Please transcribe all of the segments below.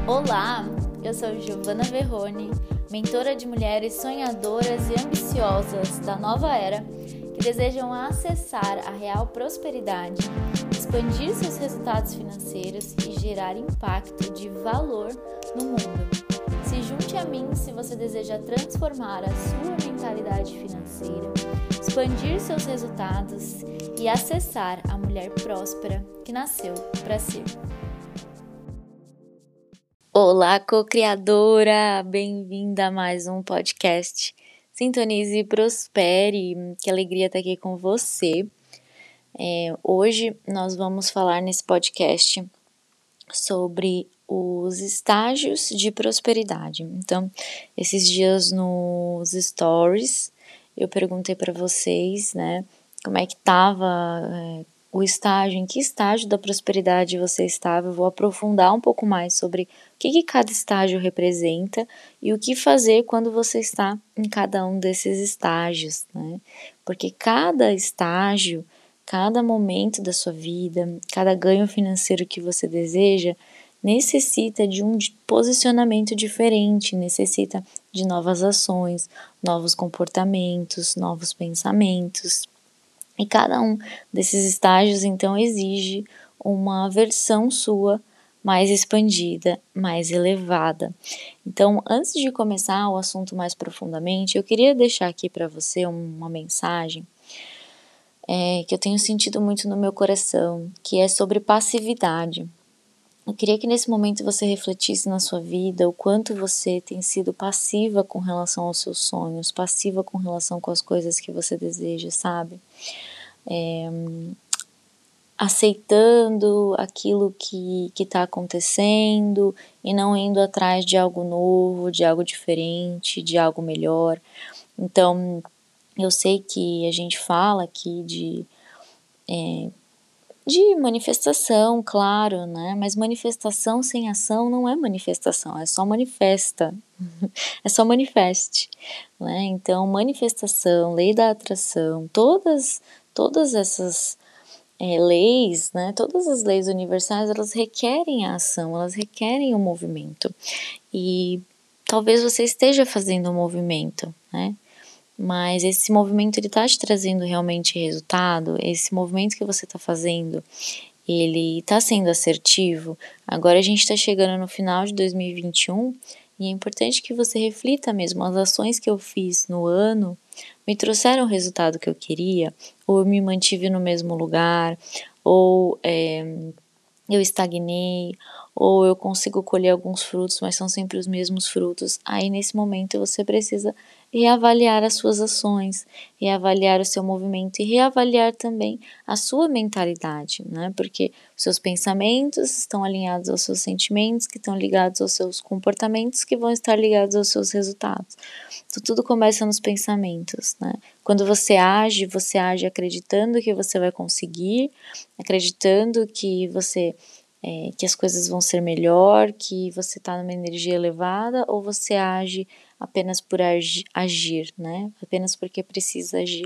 Olá, eu sou Giovana Verrone, mentora de mulheres sonhadoras e ambiciosas da nova era que desejam acessar a real prosperidade, expandir seus resultados financeiros e gerar impacto de valor no mundo. Se junte a mim se você deseja transformar a sua mentalidade financeira, expandir seus resultados e acessar a mulher próspera que nasceu para ser. Olá, co-criadora! Bem-vinda a mais um podcast. Sintonize e prospere, que alegria estar aqui com você. Hoje nós vamos falar nesse podcast sobre os estágios de prosperidade. Então, esses dias nos stories, eu perguntei para vocês, né, como é que estava o estágio, em que estágio da prosperidade você estava. Eu vou aprofundar um pouco mais sobre o que cada estágio representa e o que fazer quando você está em cada um desses estágios, né? Porque cada estágio, cada momento da sua vida, cada ganho financeiro que você deseja, necessita de um posicionamento diferente, necessita de novas ações, novos comportamentos, novos pensamentos. E cada um desses estágios, então, exige uma versão sua mais expandida, mais elevada. Então, antes de começar o assunto mais profundamente, eu queria deixar aqui para você uma mensagem que eu tenho sentido muito no meu coração, que é sobre passividade. Eu queria que nesse momento você refletisse na sua vida o quanto você tem sido passiva com relação aos seus sonhos, passiva com relação com as coisas que você deseja, sabe? Aceitando aquilo que está acontecendo e não indo atrás de algo novo, de algo diferente, de algo melhor. Então, eu sei que a gente fala aqui de manifestação, claro, né? Mas manifestação sem ação não é manifestação, é só manifesta, é só manifeste, né? Então, manifestação, lei da atração, todas essas leis, né? Todas as leis universais, elas requerem a ação, elas requerem o movimento. E talvez você esteja fazendo um movimento, né? Mas esse movimento, ele está te trazendo realmente resultado? Esse movimento que você está fazendo, ele está sendo assertivo? Agora a gente está chegando no final de 2021 e é importante que você reflita mesmo, as ações que eu fiz no ano me trouxeram o resultado que eu queria? Ou eu me mantive no mesmo lugar? Ou eu estagnei? Ou eu consigo colher alguns frutos, mas são sempre os mesmos frutos? Aí nesse momento você precisa reavaliar as suas ações, reavaliar o seu movimento e reavaliar também a sua mentalidade, né? Porque os seus pensamentos estão alinhados aos seus sentimentos, que estão ligados aos seus comportamentos, que vão estar ligados aos seus resultados. Então, tudo começa nos pensamentos, né? Quando você age acreditando que você vai conseguir, acreditando que que as coisas vão ser melhor, que você está numa energia elevada, ou você age apenas por agir, né? Apenas porque precisa agir.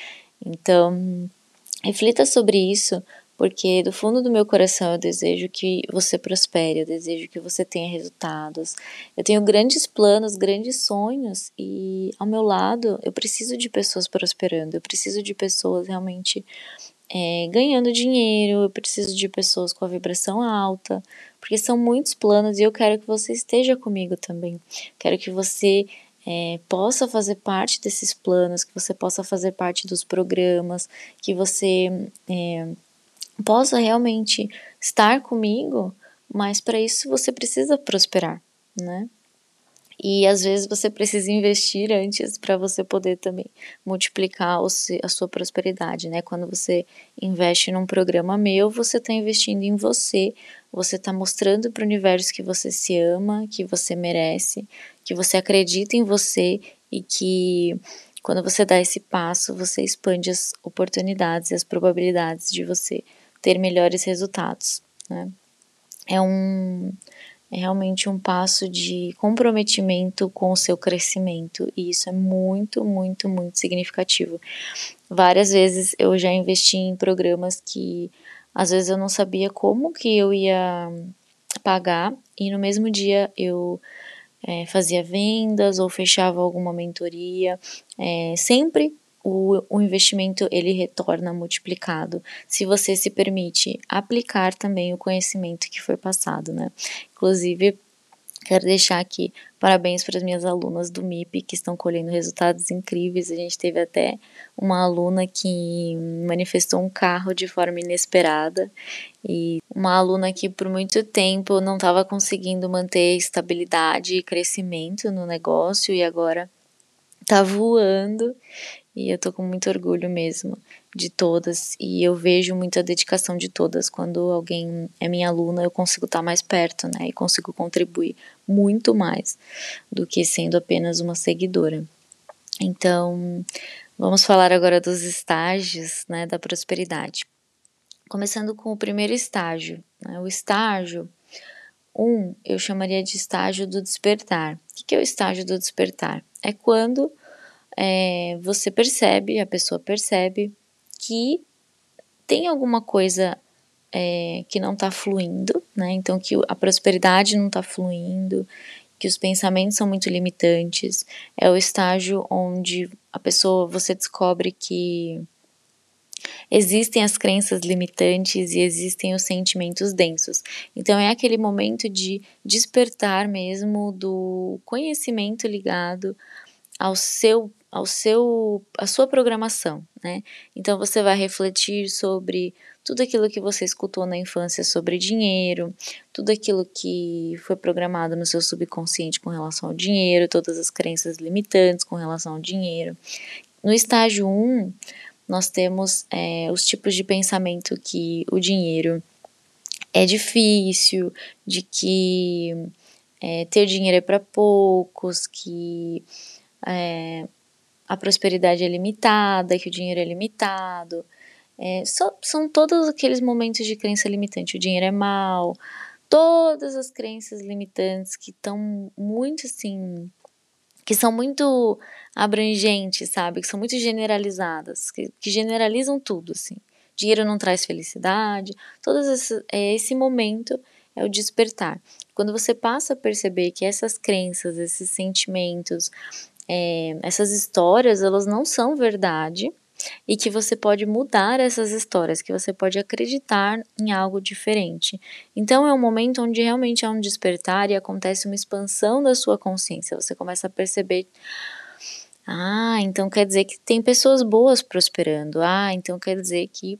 Então, reflita sobre isso, porque do fundo do meu coração eu desejo que você prospere, eu desejo que você tenha resultados. Eu tenho grandes planos, grandes sonhos e ao meu lado eu preciso de pessoas prosperando, eu preciso de pessoas realmente ganhando dinheiro, eu preciso de pessoas com a vibração alta, porque são muitos planos e eu quero que você esteja comigo também. Quero que você possa fazer parte desses planos, que você possa fazer parte dos programas, que você possa realmente estar comigo, mas para isso você precisa prosperar, né? E às vezes você precisa investir antes para você poder também multiplicar a sua prosperidade, né? Quando você investe num programa meu, você está investindo em você, você está mostrando para o universo que você se ama, que você merece, que você acredita em você e que quando você dá esse passo, você expande as oportunidades e as probabilidades de você ter melhores resultados, né? É realmente um passo de comprometimento com o seu crescimento e isso é muito, muito, muito significativo. Várias vezes eu já investi em programas que às vezes eu não sabia como que eu ia pagar e no mesmo dia eu fazia vendas ou fechava alguma mentoria, sempre o investimento ele retorna multiplicado, se você se permite aplicar também o conhecimento que foi passado, né. Inclusive, quero deixar aqui parabéns para as minhas alunas do MIP que estão colhendo resultados incríveis, a gente teve até uma aluna que manifestou um carro de forma inesperada, e uma aluna que por muito tempo não estava conseguindo manter estabilidade e crescimento no negócio e agora tá voando, e eu tô com muito orgulho mesmo de todas, e eu vejo muita dedicação de todas. Quando alguém é minha aluna, eu consigo estar mais perto, né, e consigo contribuir muito mais do que sendo apenas uma seguidora. Então, vamos falar agora dos estágios, né, da prosperidade. Começando com o primeiro estágio, né, o estágio 1, eu chamaria de estágio do despertar. O que é o estágio do despertar? É quando você percebe, a pessoa percebe que tem alguma coisa que não está fluindo, né? Então que a prosperidade não está fluindo, que os pensamentos são muito limitantes. É o estágio onde a pessoa, você descobre que existem as crenças limitantes e existem os sentimentos densos. Então é aquele momento de despertar mesmo do conhecimento ligado à sua programação, né. Então você vai refletir sobre tudo aquilo que você escutou na infância sobre dinheiro, tudo aquilo que foi programado no seu subconsciente com relação ao dinheiro, todas as crenças limitantes com relação ao dinheiro. No estágio 1, nós temos, os tipos de pensamento que o dinheiro é difícil, de que, ter dinheiro é para poucos, que, a prosperidade é limitada, que o dinheiro é limitado, são todos aqueles momentos de crença limitante, o dinheiro é mal, todas as crenças limitantes que estão muito, assim, que são muito abrangentes, sabe, que são muito generalizadas, que generalizam tudo, assim. Dinheiro não traz felicidade, todas esse momento é o despertar. Quando você passa a perceber que essas crenças, esses sentimentos, essas histórias, elas não são verdade, e que você pode mudar essas histórias, que você pode acreditar em algo diferente. Então é um momento onde realmente há um despertar e acontece uma expansão da sua consciência, você começa a perceber: "Ah, então quer dizer que tem pessoas boas prosperando. Ah, então quer dizer que,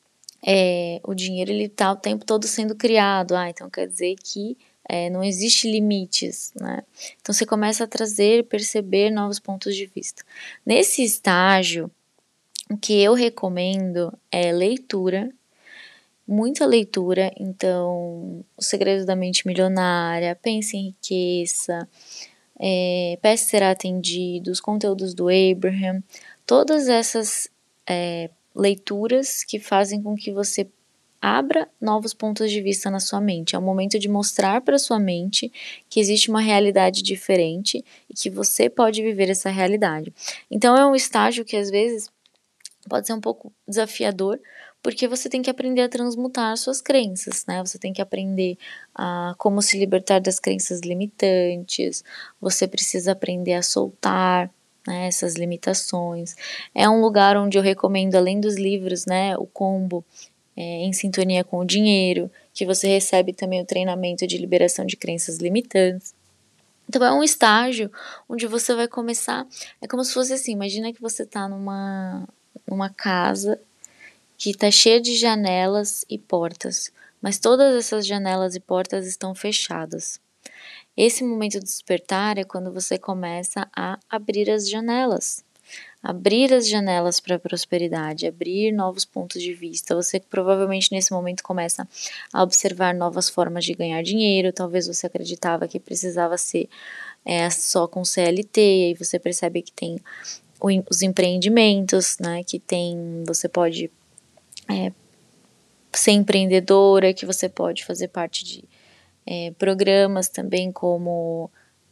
o dinheiro ele tá o tempo todo sendo criado. Ah, então quer dizer que, não existe limites", né. Então você começa a trazer, perceber novos pontos de vista. Nesse estágio, o que eu recomendo é leitura, muita leitura, então O Segredo da Mente Milionária, Pense em Riqueza, Peça e Será Atendido, os conteúdos do Abraham, todas essas, leituras que fazem com que você abra novos pontos de vista na sua mente. É o momento de mostrar para sua mente que existe uma realidade diferente e que você pode viver essa realidade. Então é um estágio que às vezes pode ser um pouco desafiador, porque você tem que aprender a transmutar suas crenças, né, você tem que aprender a como se libertar das crenças limitantes, você precisa aprender a soltar, né, essas limitações. É um lugar onde eu recomendo, além dos livros, né, o combo, Em Sintonia com o Dinheiro, que você recebe também o treinamento de liberação de crenças limitantes. Então é um estágio onde você vai começar, é como se fosse assim, imagina que você está numa casa que está cheia de janelas e portas, mas todas essas janelas e portas estão fechadas. Esse momento de despertar é quando você começa a abrir as janelas para a prosperidade, abrir novos pontos de vista. Você provavelmente nesse momento começa a observar novas formas de ganhar dinheiro, talvez você acreditava que precisava ser só com CLT, e aí você percebe que tem os empreendimentos, né, que tem, você pode ser empreendedora, que você pode fazer parte de programas também como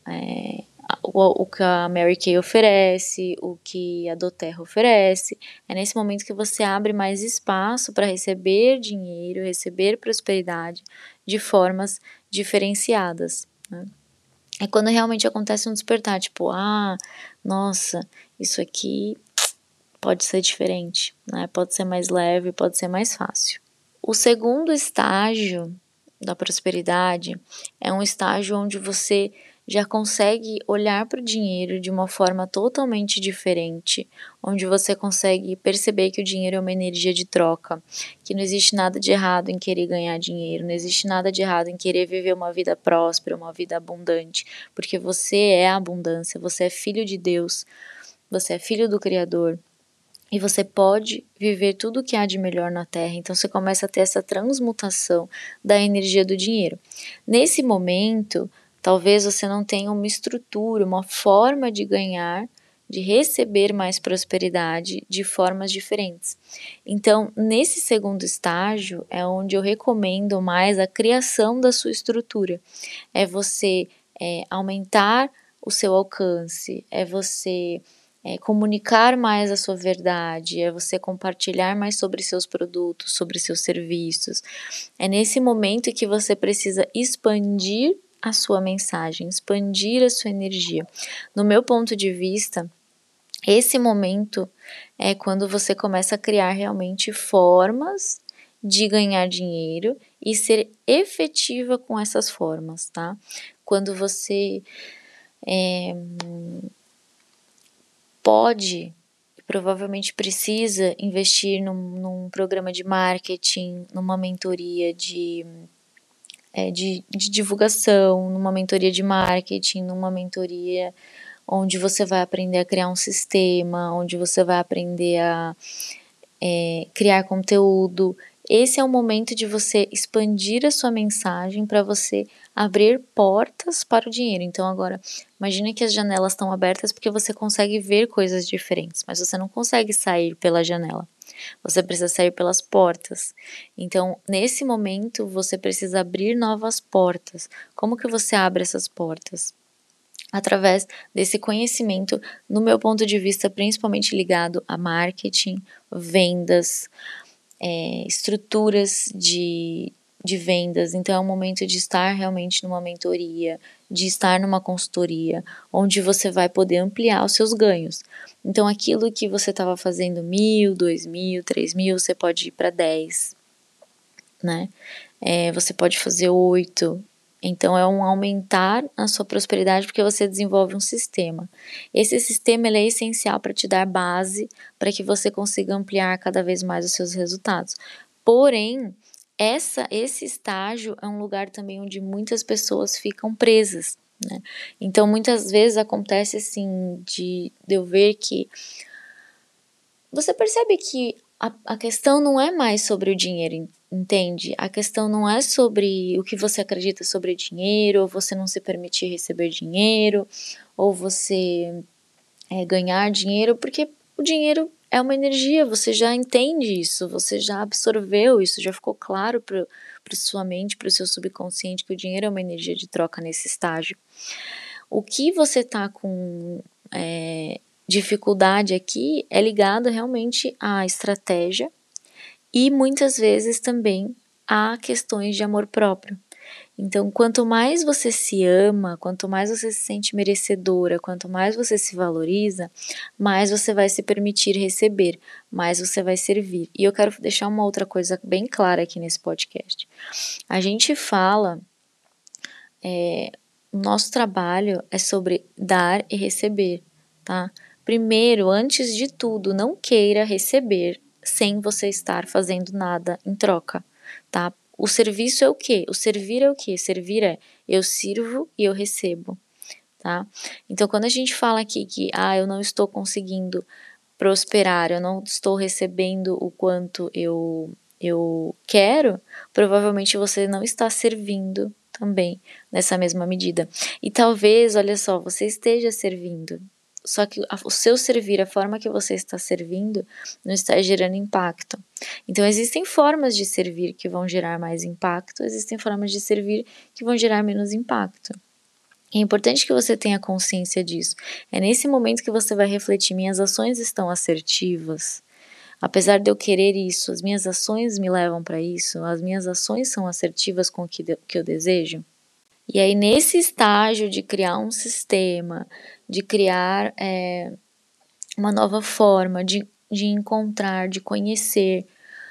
o que a Mary Kay oferece, o que a doTERRA oferece. É nesse momento que você abre mais espaço para receber dinheiro, receber prosperidade de formas diferenciadas, né? É quando realmente acontece um despertar, tipo, nossa, isso aqui pode ser diferente, né? Pode ser mais leve, pode ser mais fácil. O segundo estágio da prosperidade é um estágio onde você já consegue olhar para o dinheiro de uma forma totalmente diferente, onde você consegue perceber que o dinheiro é uma energia de troca, que não existe nada de errado em querer ganhar dinheiro, não existe nada de errado em querer viver uma vida próspera, uma vida abundante, porque você é a abundância, você é filho de Deus, você é filho do Criador. E você pode viver tudo o que há de melhor na Terra. Então você começa a ter essa transmutação da energia do dinheiro. Nesse momento, talvez você não tenha uma estrutura, uma forma de ganhar, de receber mais prosperidade de formas diferentes. Então, nesse segundo estágio é onde eu recomendo mais a criação da sua estrutura. É você aumentar o seu alcance, é você comunicar mais a sua verdade, é você compartilhar mais sobre seus produtos, sobre seus serviços. É nesse momento que você precisa expandir a sua mensagem, expandir a sua energia. No meu ponto de vista, esse momento é quando você começa a criar realmente formas de ganhar dinheiro e ser efetiva com essas formas, tá? Quando você pode e provavelmente precisa investir num programa de marketing, numa mentoria de divulgação, numa mentoria de marketing, numa mentoria onde você vai aprender a criar um sistema, onde você vai aprender a criar conteúdo. Esse é o momento de você expandir a sua mensagem para você abrir portas para o dinheiro. Então agora, imagine que as janelas estão abertas porque você consegue ver coisas diferentes, mas você não consegue sair pela janela. Você precisa sair pelas portas. Então, nesse momento, você precisa abrir novas portas. Como que você abre essas portas? Através desse conhecimento, no meu ponto de vista, principalmente ligado a marketing, vendas, estruturas de vendas. Então, é um momento de estar realmente numa mentoria, de estar numa consultoria, onde você vai poder ampliar os seus ganhos. Então, aquilo que você estava fazendo 1.000, 2.000, 3.000, você pode ir para 10, né? Você pode fazer 8. Então, é um aumentar a sua prosperidade porque você desenvolve um sistema. Esse sistema ele é essencial para te dar base para que você consiga ampliar cada vez mais os seus resultados. Porém, esse estágio é um lugar também onde muitas pessoas ficam presas, né? Então, muitas vezes acontece assim de eu ver que você percebe que a questão não é mais sobre o dinheiro, entende? A questão não é sobre o que você acredita sobre dinheiro, ou você não se permitir receber dinheiro, ou você ganhar dinheiro, porque o dinheiro é uma energia, você já entende isso, você já absorveu isso, já ficou claro para sua mente, para o seu subconsciente que o dinheiro é uma energia de troca nesse estágio. O que você está com dificuldade aqui é ligado realmente à estratégia e muitas vezes também a questões de amor próprio. Então, quanto mais você se ama, quanto mais você se sente merecedora, quanto mais você se valoriza, mais você vai se permitir receber, mais você vai servir. E eu quero deixar uma outra coisa bem clara aqui nesse podcast. A gente fala, o nosso trabalho é sobre dar e receber, tá? Primeiro, antes de tudo, não queira receber sem você estar fazendo nada em troca, tá? O serviço é o quê? O servir é o quê? Servir é eu sirvo e eu recebo, tá? Então, quando a gente fala aqui que eu não estou conseguindo prosperar, eu não estou recebendo o quanto eu quero, provavelmente você não está servindo também nessa mesma medida. E talvez, olha só, você esteja servindo, só que o seu servir, a forma que você está servindo, não está gerando impacto. Então, existem formas de servir que vão gerar mais impacto, existem formas de servir que vão gerar menos impacto. É importante que você tenha consciência disso. É nesse momento que você vai refletir: minhas ações estão assertivas? Apesar de eu querer isso, as minhas ações me levam para isso? As minhas ações são assertivas com o que eu desejo? E aí, nesse estágio de criar um sistema, de criar uma nova forma de encontrar, de conhecer,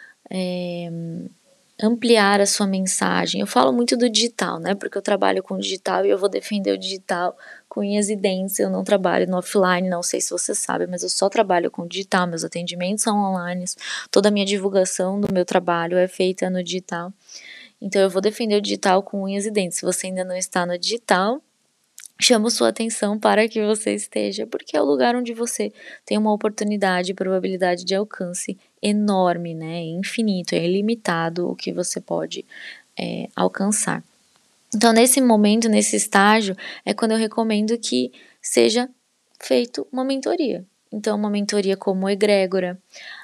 ampliar a sua mensagem. Eu falo muito do digital, né? Porque eu trabalho com digital e eu vou defender o digital com unhas e dentes. Eu não trabalho no offline, não sei se você sabe, mas eu só trabalho com digital. Meus atendimentos são online, toda a minha divulgação do meu trabalho é feita no digital. Então eu vou defender o digital com unhas e dentes. Se você ainda não está no digital, chamo sua atenção para que você esteja, porque é o lugar onde você tem uma oportunidade, probabilidade de alcance enorme, né? É infinito, é ilimitado o que você pode alcançar. Então, nesse momento, nesse estágio, é quando eu recomendo que seja feito uma mentoria. Então, uma mentoria como egrégora,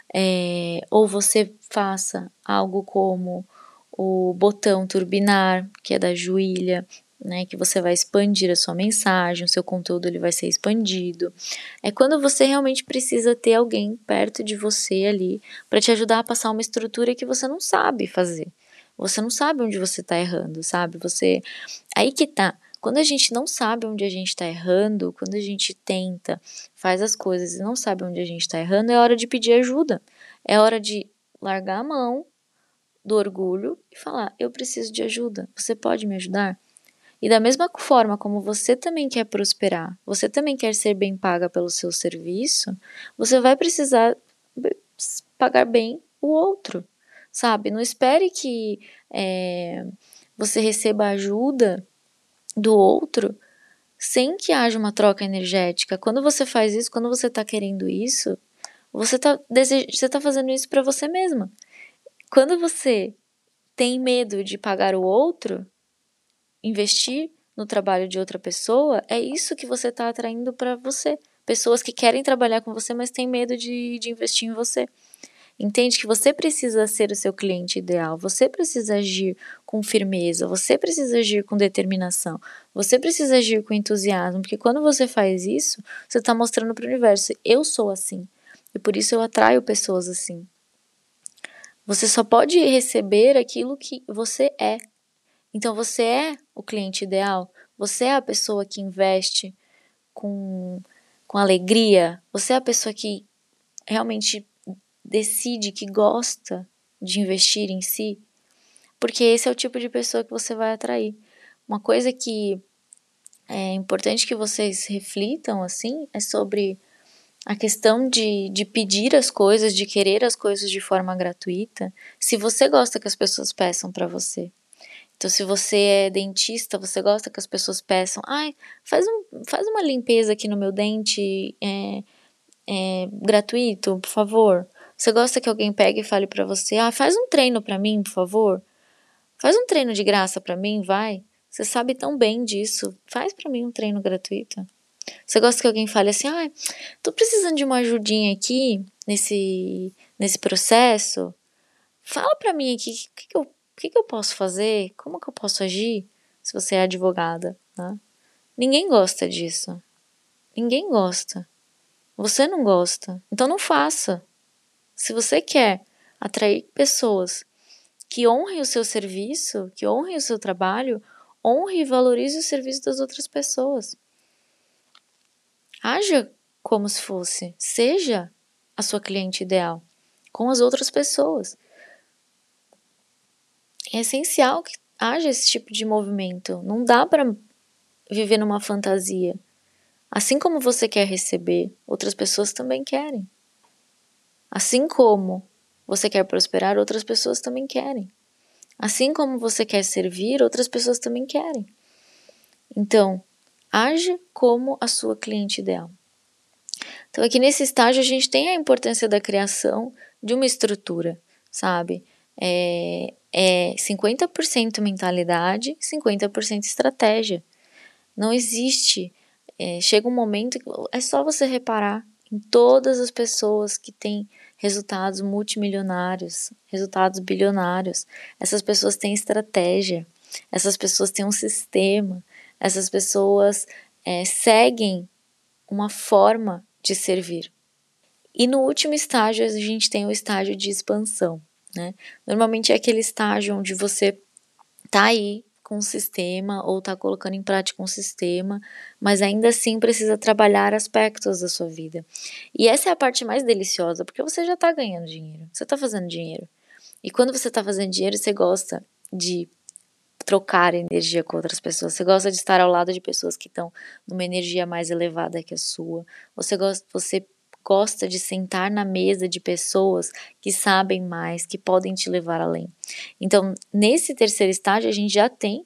ou você faça algo como o botão turbinar, que é da Juília, né, que você vai expandir a sua mensagem, o seu conteúdo ele vai ser expandido. É quando você realmente precisa ter alguém perto de você ali para te ajudar a passar uma estrutura que você não sabe fazer. Você não sabe onde você está errando, sabe? Aí que tá. Quando a gente não sabe onde a gente está errando, quando a gente tenta, faz as coisas e não sabe onde a gente está errando, é hora de pedir ajuda. É hora de largar a mão do orgulho e falar: eu preciso de ajuda, você pode me ajudar? E da mesma forma como você também quer prosperar, você também quer ser bem paga pelo seu serviço, você vai precisar pagar bem o outro, sabe? Não espere que você receba ajuda do outro sem que haja uma troca energética. Quando você faz isso, quando você está querendo isso, você tá fazendo isso para você mesma. Quando você tem medo de pagar o outro, investir no trabalho de outra pessoa, é isso que você está atraindo para você. Pessoas que querem trabalhar com você, mas têm medo de investir em você. Entende que você precisa ser o seu cliente ideal, você precisa agir com firmeza, você precisa agir com determinação, você precisa agir com entusiasmo, porque quando você faz isso, você está mostrando para o universo: eu sou assim, e por isso eu atraio pessoas assim. Você só pode receber aquilo que você é. Então você é o cliente ideal, você é a pessoa que investe com, com alegria, você é a pessoa que realmente decide, que gosta de investir em si, porque esse é o tipo de pessoa que você vai atrair. Uma coisa que é importante que vocês reflitam, assim, é sobre a questão de pedir as coisas, de querer as coisas de forma gratuita, se você gosta que as pessoas peçam para você. Então, se você é dentista, você gosta que as pessoas peçam: ai, faz uma limpeza aqui no meu dente, gratuito, por favor. Você gosta que alguém pegue e fale pra você: ah, faz um treino pra mim, por favor. Faz um treino de graça pra mim, vai. Você sabe tão bem disso. Faz pra mim um treino gratuito. Você gosta que alguém fale assim: ah, tô precisando de uma ajudinha aqui nesse processo. Fala pra mim aqui o que eu posso fazer, como que eu posso agir, se você é advogada, né? Ninguém gosta disso. Ninguém gosta. Você não gosta. Então não faça. Se você quer atrair pessoas que honrem o seu serviço, que honrem o seu trabalho, honre e valorize o serviço das outras pessoas. Haja como se fosse, seja a sua cliente ideal com as outras pessoas. É essencial que haja esse tipo de movimento. Não dá para viver numa fantasia. Assim como você quer receber, outras pessoas também querem. Assim como você quer prosperar, outras pessoas também querem. Assim como você quer servir, outras pessoas também querem. Então, age como a sua cliente ideal. Então, aqui nesse estágio, a gente tem a importância da criação de uma estrutura, sabe? É 50% mentalidade, 50% estratégia. Não existe. Chega um momento que é só você reparar em todas as pessoas que têm resultados multimilionários, resultados bilionários. Essas pessoas têm estratégia, essas pessoas têm um sistema, essas pessoas seguem uma forma de servir. E no último estágio, a gente tem o estágio de expansão, né? Normalmente é aquele estágio onde você tá aí com um sistema ou tá colocando em prática um sistema, mas ainda assim precisa trabalhar aspectos da sua vida. E essa é a parte mais deliciosa, porque você já tá ganhando dinheiro, você tá fazendo dinheiro. E quando você tá fazendo dinheiro, você gosta de trocar energia com outras pessoas, você gosta de estar ao lado de pessoas que estão numa energia mais elevada que a sua, você gosta de sentar na mesa de pessoas que sabem mais, que podem te levar além. Então, nesse terceiro estágio, a gente já tem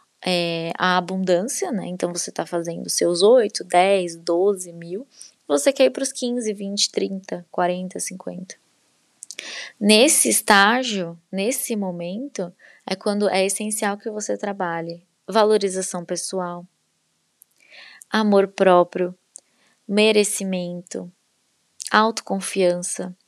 a abundância, né? Então, você está fazendo seus 8, 10, 12 mil, você quer ir para os 15, 20, 30, 40, 50. Nesse estágio, nesse momento, é quando é essencial que você trabalhe valorização pessoal, amor próprio, merecimento, autoconfiança,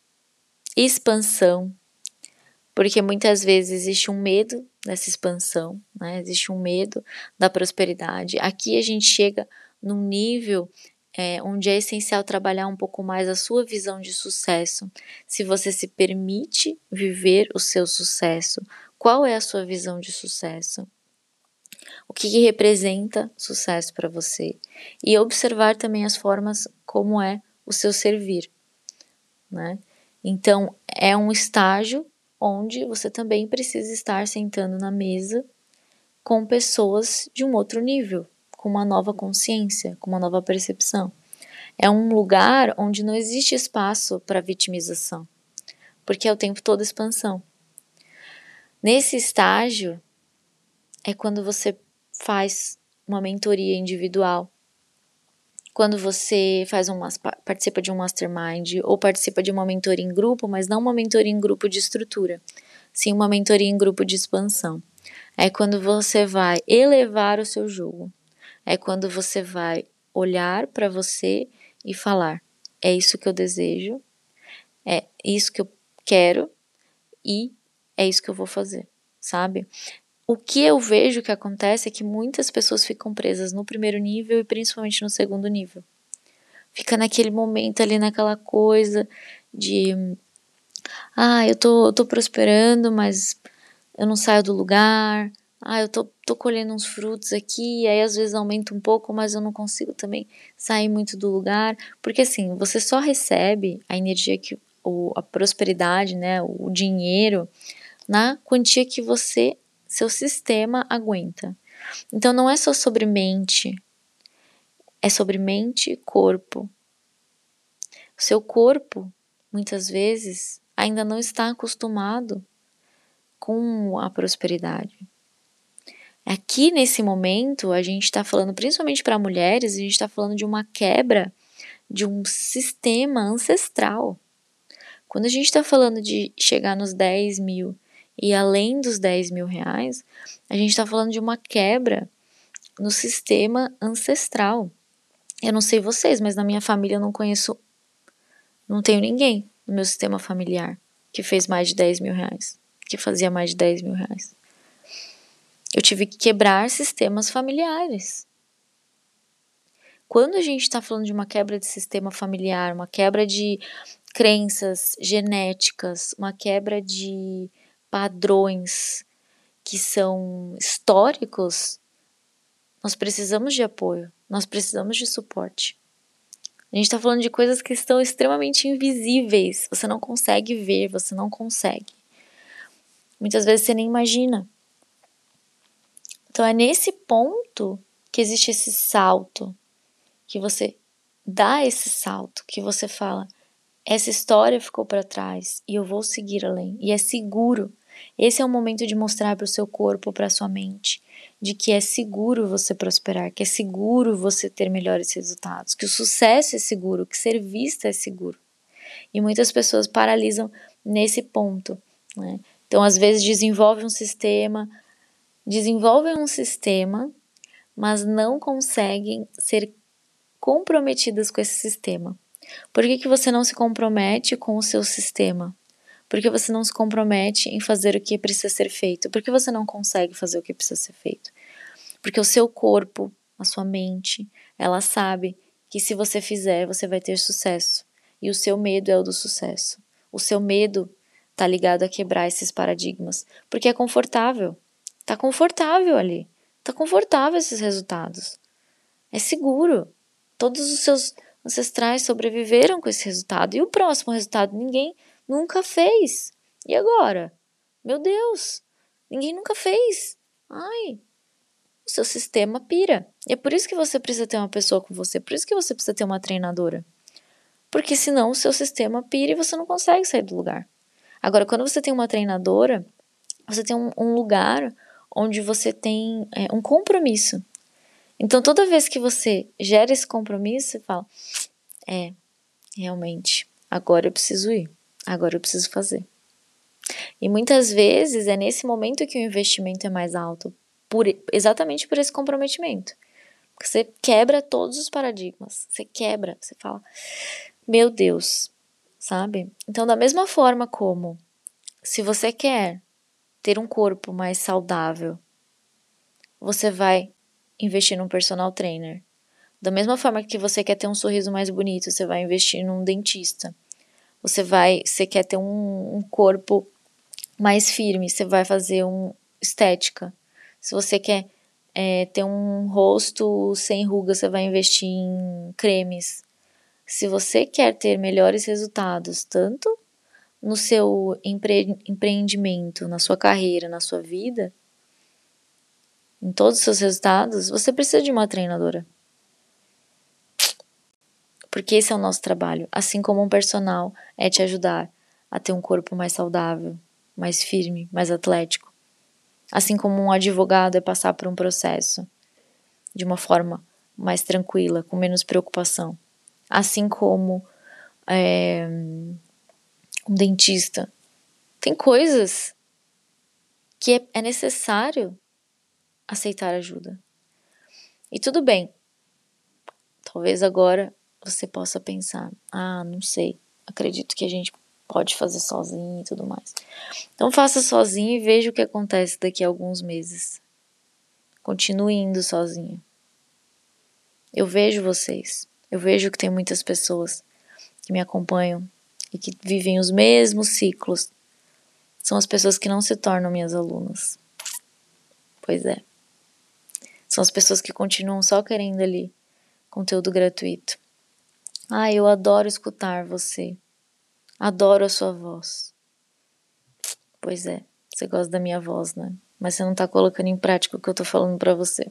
expansão, porque muitas vezes existe um medo dessa expansão, né? Existe um medo da prosperidade. Aqui a gente chega num nível onde é essencial trabalhar um pouco mais a sua visão de sucesso. Se você se permite viver o seu sucesso, qual é a sua visão de sucesso? O que representa sucesso para você? E observar também as formas como é o seu servir, né? Então, é um estágio onde você também precisa estar sentando na mesa com pessoas de um outro nível, com uma nova consciência, com uma nova percepção. É um lugar onde não existe espaço para vitimização, porque é o tempo todo expansão. Nesse estágio é quando você faz uma mentoria individual, quando você participa de um mastermind ou participa de uma mentoria em grupo, mas não uma mentoria em grupo de estrutura, sim uma mentoria em grupo de expansão. É quando você vai elevar o seu jogo. É quando você vai olhar para você e falar: é isso que eu desejo, é isso que eu quero e é isso que eu vou fazer, sabe? O que eu vejo que acontece é que muitas pessoas ficam presas no primeiro nível e principalmente no segundo nível. Fica naquele momento ali, naquela coisa de eu tô prosperando, mas eu não saio do lugar. Eu tô colhendo uns frutos aqui, aí às vezes aumenta um pouco, mas eu não consigo também sair muito do lugar. Porque assim, você só recebe a energia a prosperidade, né, o dinheiro, na quantia que seu sistema aguenta. Então não é só sobre mente, é sobre mente e corpo. O seu corpo, muitas vezes, ainda não está acostumado com a prosperidade. Aqui nesse momento, a gente está falando, principalmente para mulheres, a gente está falando de uma quebra de um sistema ancestral. Quando a gente está falando de chegar nos 10 mil e além dos 10 mil reais, a gente está falando de uma quebra no sistema ancestral. Eu não sei vocês, mas na minha família eu não tenho ninguém no meu sistema familiar que fez mais de 10 mil reais, que fazia mais de 10 mil reais. Eu tive que quebrar sistemas familiares. Quando a gente está falando de uma quebra de sistema familiar, uma quebra de crenças genéticas, uma quebra de padrões que são históricos, nós precisamos de apoio, nós precisamos de suporte. A gente está falando de coisas que estão extremamente invisíveis, você não consegue ver, você não consegue. Muitas vezes você nem imagina. Então é nesse ponto que existe esse salto, que você dá esse salto, que você fala: essa história ficou para trás e eu vou seguir além. E é seguro. Esse é o momento de mostrar para o seu corpo, para a sua mente, de que é seguro você prosperar, que é seguro você ter melhores resultados, que o sucesso é seguro, que ser vista é seguro. E muitas pessoas paralisam nesse ponto, né? Então, às vezes, desenvolvem um sistema, mas não conseguem ser comprometidas com esse sistema. Por que você não se compromete com o seu sistema? Por que você não se compromete em fazer o que precisa ser feito? Por que você não consegue fazer o que precisa ser feito? Porque o seu corpo, a sua mente, ela sabe que se você fizer, você vai ter sucesso. E o seu medo é o do sucesso. O seu medo está ligado a quebrar esses paradigmas, porque é confortável. Tá confortável ali. Tá confortável esses resultados. É seguro. Todos os seus ancestrais sobreviveram com esse resultado. E o próximo resultado ninguém nunca fez. E agora? Meu Deus, ninguém nunca fez. Ai, o seu sistema pira. E é por isso que você precisa ter uma pessoa com você. Por isso que você precisa ter uma treinadora. Porque senão o seu sistema pira e você não consegue sair do lugar. Agora, quando você tem uma treinadora, você tem um lugar onde você tem um compromisso. Então, toda vez que você gera esse compromisso, você fala, realmente, agora eu preciso ir, agora eu preciso fazer. E muitas vezes é nesse momento que o investimento é mais alto, exatamente por esse comprometimento. Porque você quebra todos os paradigmas, você fala, meu Deus, sabe? Então, da mesma forma como, se você quer ter um corpo mais saudável, você vai investir num personal trainer. Da mesma forma que você quer ter um sorriso mais bonito, você vai investir num dentista. Você quer ter um corpo mais firme, você vai fazer estética. Se você quer ter um rosto sem ruga, você vai investir em cremes. Se você quer ter melhores resultados, tanto no seu empreendimento, na sua carreira, na sua vida, em todos os seus resultados, você precisa de uma treinadora. Porque esse é o nosso trabalho. Assim como um personal é te ajudar a ter um corpo mais saudável, mais firme, mais atlético. Assim como um advogado é passar por um processo de uma forma mais tranquila, com menos preocupação. Assim como um dentista. Tem coisas que é necessário aceitar ajuda. E tudo bem. Talvez agora você possa pensar, não sei, acredito que a gente pode fazer sozinho e tudo mais. Então faça sozinho e veja o que acontece daqui a alguns meses. Continue indo sozinho. Eu vejo vocês. Eu vejo que tem muitas pessoas que me acompanham e que vivem os mesmos ciclos. São as pessoas que não se tornam minhas alunas. Pois é. São as pessoas que continuam só querendo ali conteúdo gratuito. Eu adoro escutar você. Adoro a sua voz. Pois é, você gosta da minha voz, né? Mas você não tá colocando em prática o que eu tô falando pra você.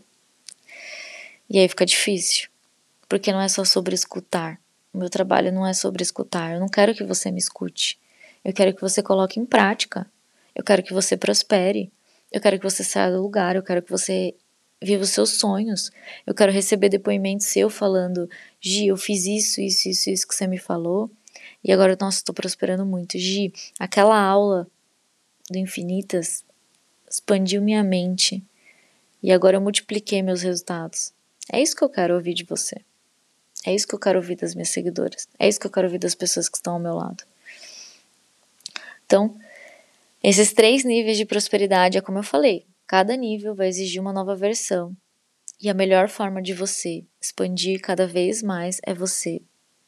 E aí fica difícil. Porque não é só sobre escutar. O meu trabalho não é sobre escutar. Eu não quero que você me escute. Eu quero que você coloque em prática. Eu quero que você prospere. Eu quero que você saia do lugar. Eu quero que você viva os seus sonhos. Eu quero receber depoimento seu falando, Gi, eu fiz isso que você me falou. E agora, nossa, estou prosperando muito. Gi, aquela aula do Infinitas expandiu minha mente. E agora eu multipliquei meus resultados. É isso que eu quero ouvir de você. É isso que eu quero ouvir das minhas seguidoras. É isso que eu quero ouvir das pessoas que estão ao meu lado. Então, esses 3 níveis de prosperidade é como eu falei. Cada nível vai exigir uma nova versão. E a melhor forma de você expandir cada vez mais é você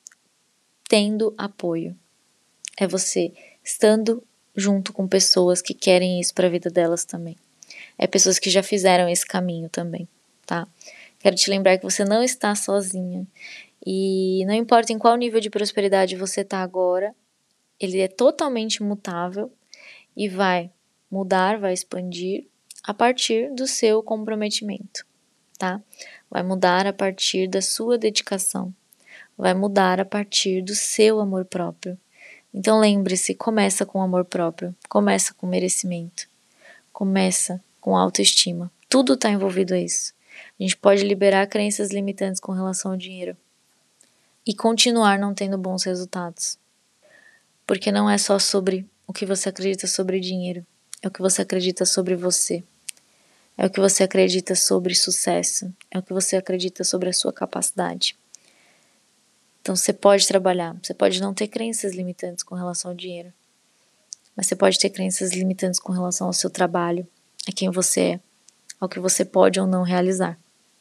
tendo apoio. É você estando junto com pessoas que querem isso para a vida delas também. É pessoas que já fizeram esse caminho também, tá? Quero te lembrar que você não está sozinha. E não importa em qual nível de prosperidade você está agora, ele é totalmente mutável e vai mudar, vai expandir a partir do seu comprometimento, tá? Vai mudar a partir da sua dedicação, vai mudar a partir do seu amor próprio. Então lembre-se, começa com amor próprio, começa com merecimento, começa com autoestima. Tudo está envolvido a isso. A gente pode liberar crenças limitantes com relação ao dinheiro e continuar não tendo bons resultados. Porque não é só sobre o que você acredita sobre dinheiro, é o que você acredita sobre você. É o que você acredita sobre sucesso, é o que você acredita sobre a sua capacidade. Então você pode trabalhar, você pode não ter crenças limitantes com relação ao dinheiro, mas você pode ter crenças limitantes com relação ao seu trabalho, a quem você é, ao que você pode ou não realizar.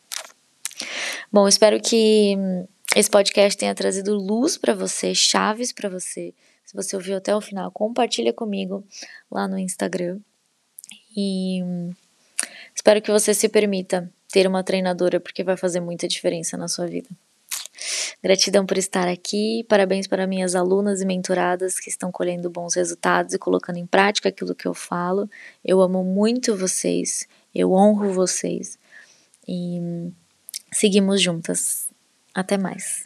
Bom, espero que esse podcast tenha trazido luz para você, chaves para você. Se você ouviu até o final, compartilha comigo lá no Instagram. E Espero que você se permita ter uma treinadora, porque vai fazer muita diferença na sua vida. Gratidão por estar aqui, parabéns para minhas alunas e mentoradas que estão colhendo bons resultados e colocando em prática aquilo que eu falo. Eu amo muito vocês, eu honro vocês e seguimos juntas. Até mais.